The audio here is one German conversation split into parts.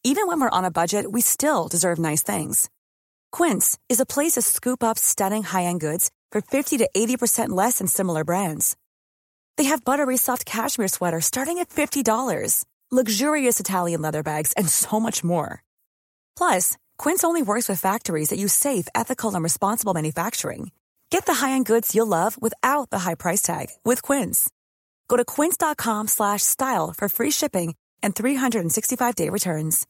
Even when we're on a budget, we still deserve nice things. Quince is a place to scoop up stunning high-end goods for 50 to 80% less than similar brands. They have buttery soft cashmere sweaters starting at $50, luxurious Italian leather bags, and so much more. Plus, Quince only works with factories that use safe, ethical, and responsible manufacturing. Get the high-end goods you'll love without the high price tag with Quince. Go to quince.com/style for free shipping and 365-day returns.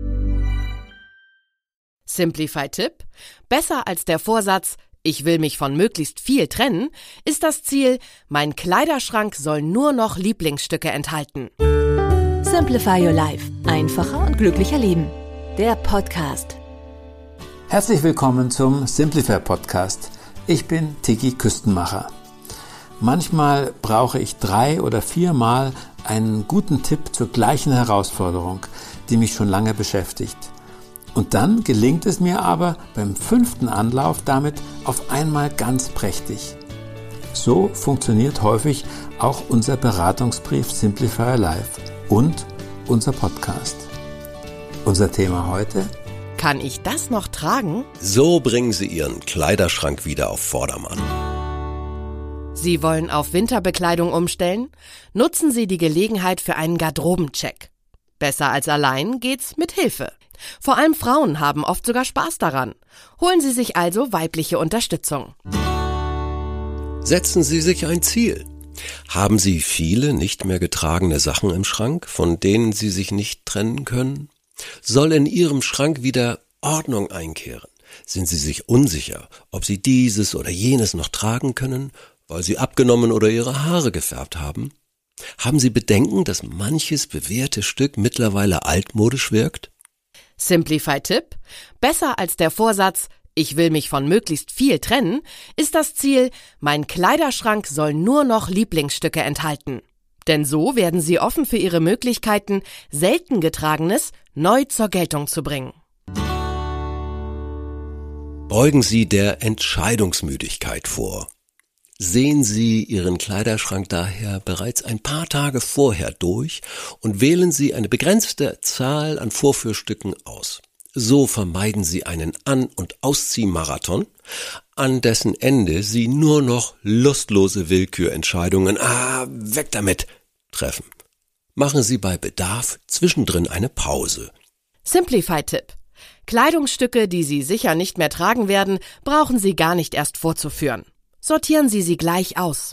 Simplify-Tipp: Besser als der Vorsatz, ich will mich von möglichst viel trennen, ist das Ziel, mein Kleiderschrank soll nur noch Lieblingsstücke enthalten. Simplify Your Life. Einfacher und glücklicher leben. Der Podcast. Herzlich willkommen zum Simplify Podcast. Ich bin Tiki Küstenmacher. Manchmal brauche ich 3 oder 4 Mal einen guten Tipp zur gleichen Herausforderung, die mich schon lange beschäftigt. Und dann gelingt es mir aber beim 5. Anlauf damit auf einmal ganz prächtig. So funktioniert häufig auch unser Beratungsbrief Simplify Your Life und unser Podcast. Unser Thema heute: Kann ich das noch tragen? So bringen Sie Ihren Kleiderschrank wieder auf Vordermann. Sie wollen auf Winterbekleidung umstellen? Nutzen Sie die Gelegenheit für einen Garderobencheck. Besser als allein geht's mit Hilfe. Vor allem Frauen haben oft sogar Spaß daran. Holen Sie sich also weibliche Unterstützung. Setzen Sie sich ein Ziel. Haben Sie viele nicht mehr getragene Sachen im Schrank, von denen Sie sich nicht trennen können? Soll in Ihrem Schrank wieder Ordnung einkehren? Sind Sie sich unsicher, ob Sie dieses oder jenes noch tragen können, weil Sie abgenommen oder Ihre Haare gefärbt haben? Haben Sie Bedenken, dass manches bewährte Stück mittlerweile altmodisch wirkt? Simplify-Tipp: Besser als der Vorsatz, ich will mich von möglichst viel trennen, ist das Ziel, mein Kleiderschrank soll nur noch Lieblingsstücke enthalten. Denn so werden Sie offen für Ihre Möglichkeiten, selten Getragenes neu zur Geltung zu bringen. Beugen Sie der Entscheidungsmüdigkeit vor. Sehen Sie Ihren Kleiderschrank daher bereits ein paar Tage vorher durch und wählen Sie eine begrenzte Zahl an Vorführstücken aus. So vermeiden Sie einen An- und Ausziehmarathon, an dessen Ende Sie nur noch lustlose Willkürentscheidungen, weg damit, treffen. Machen Sie bei Bedarf zwischendrin eine Pause. Simplify-Tipp: Kleidungsstücke, die Sie sicher nicht mehr tragen werden, brauchen Sie gar nicht erst vorzuführen. Sortieren Sie sie gleich aus.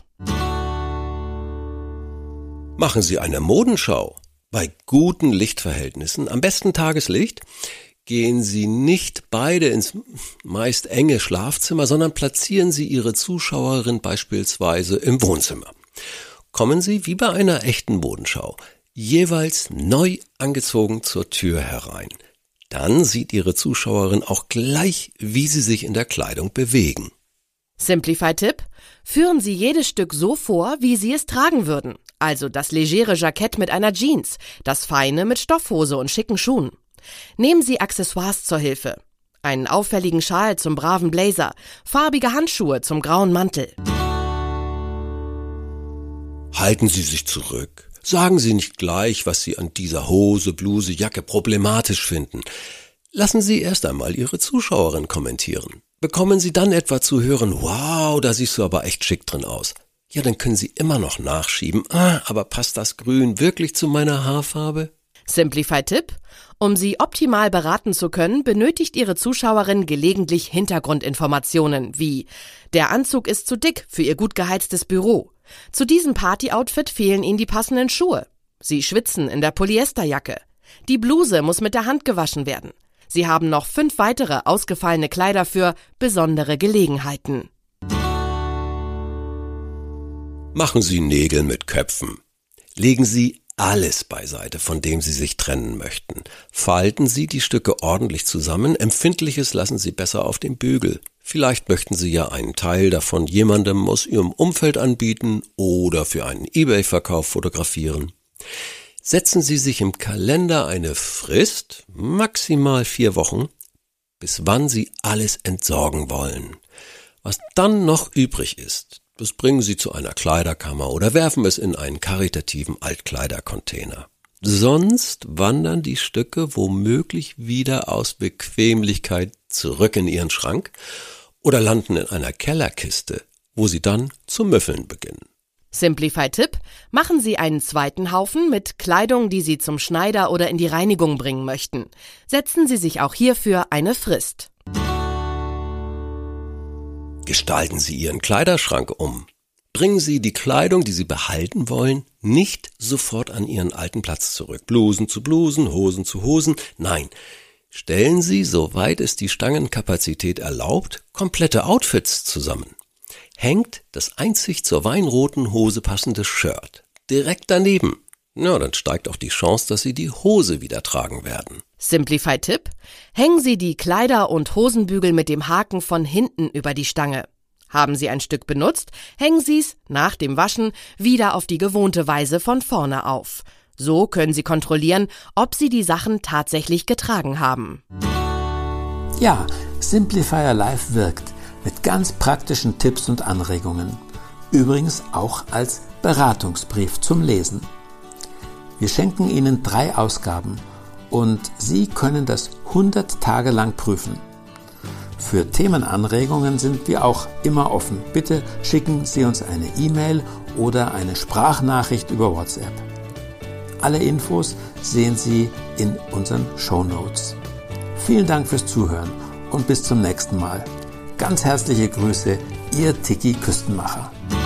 Machen Sie eine Modenschau. Bei guten Lichtverhältnissen, am besten Tageslicht, gehen Sie nicht beide ins meist enge Schlafzimmer, sondern platzieren Sie Ihre Zuschauerin beispielsweise im Wohnzimmer. Kommen Sie, wie bei einer echten Modenschau, jeweils neu angezogen zur Tür herein. Dann sieht Ihre Zuschauerin auch gleich, wie Sie sich in der Kleidung bewegen. Simplify-Tipp: Führen Sie jedes Stück so vor, wie Sie es tragen würden. Also das legere Jackett mit einer Jeans, das feine mit Stoffhose und schicken Schuhen. Nehmen Sie Accessoires zur Hilfe. Einen auffälligen Schal zum braven Blazer, farbige Handschuhe zum grauen Mantel. Halten Sie sich zurück. Sagen Sie nicht gleich, was Sie an dieser Hose, Bluse, Jacke problematisch finden. Lassen Sie erst einmal Ihre Zuschauerin kommentieren. Bekommen Sie dann etwa zu hören, wow, da siehst du aber echt schick drin aus. Ja, dann können Sie immer noch nachschieben, aber passt das Grün wirklich zu meiner Haarfarbe? Simplify-Tipp: Um Sie optimal beraten zu können, benötigt Ihre Zuschauerin gelegentlich Hintergrundinformationen wie: Der Anzug ist zu dick für Ihr gut geheiztes Büro. Zu diesem Party-Outfit fehlen Ihnen die passenden Schuhe. Sie schwitzen in der Polyesterjacke. Die Bluse muss mit der Hand gewaschen werden. Sie haben noch 5 weitere ausgefallene Kleider für besondere Gelegenheiten. Machen Sie Nägel mit Köpfen. Legen Sie alles beiseite, von dem Sie sich trennen möchten. Falten Sie die Stücke ordentlich zusammen, Empfindliches lassen Sie besser auf dem Bügel. Vielleicht möchten Sie ja einen Teil davon jemandem aus Ihrem Umfeld anbieten oder für einen eBay-Verkauf fotografieren. Setzen Sie sich im Kalender eine Frist, maximal 4 Wochen, bis wann Sie alles entsorgen wollen. Was dann noch übrig ist, das bringen Sie zu einer Kleiderkammer oder werfen es in einen karitativen Altkleidercontainer. Sonst wandern die Stücke womöglich wieder aus Bequemlichkeit zurück in ihren Schrank oder landen in einer Kellerkiste, wo sie dann zu müffeln beginnen. Simplify-Tipp: Machen Sie einen zweiten Haufen mit Kleidung, die Sie zum Schneider oder in die Reinigung bringen möchten. Setzen Sie sich auch hierfür eine Frist. Gestalten Sie Ihren Kleiderschrank um. Bringen Sie die Kleidung, die Sie behalten wollen, nicht sofort an Ihren alten Platz zurück. Blusen zu Blusen, Hosen zu Hosen. Nein, stellen Sie, soweit es die Stangenkapazität erlaubt, komplette Outfits zusammen. Hängt das einzig zur weinroten Hose passende Shirt direkt daneben. Na, dann steigt auch die Chance, dass Sie die Hose wieder tragen werden. Simplify-Tipp: Hängen Sie die Kleider- und Hosenbügel mit dem Haken von hinten über die Stange. Haben Sie ein Stück benutzt, hängen Sie es nach dem Waschen wieder auf die gewohnte Weise von vorne auf. So können Sie kontrollieren, ob Sie die Sachen tatsächlich getragen haben. Ja, Simplify Your Life wirkt mit ganz praktischen Tipps und Anregungen. Übrigens auch als Beratungsbrief zum Lesen. Wir schenken Ihnen 3 Ausgaben und Sie können das 100 Tage lang prüfen. Für Themenanregungen sind wir auch immer offen. Bitte schicken Sie uns eine E-Mail oder eine Sprachnachricht über WhatsApp. Alle Infos sehen Sie in unseren Shownotes. Vielen Dank fürs Zuhören und bis zum nächsten Mal. Ganz herzliche Grüße, Ihr Tiki Küstenmacher.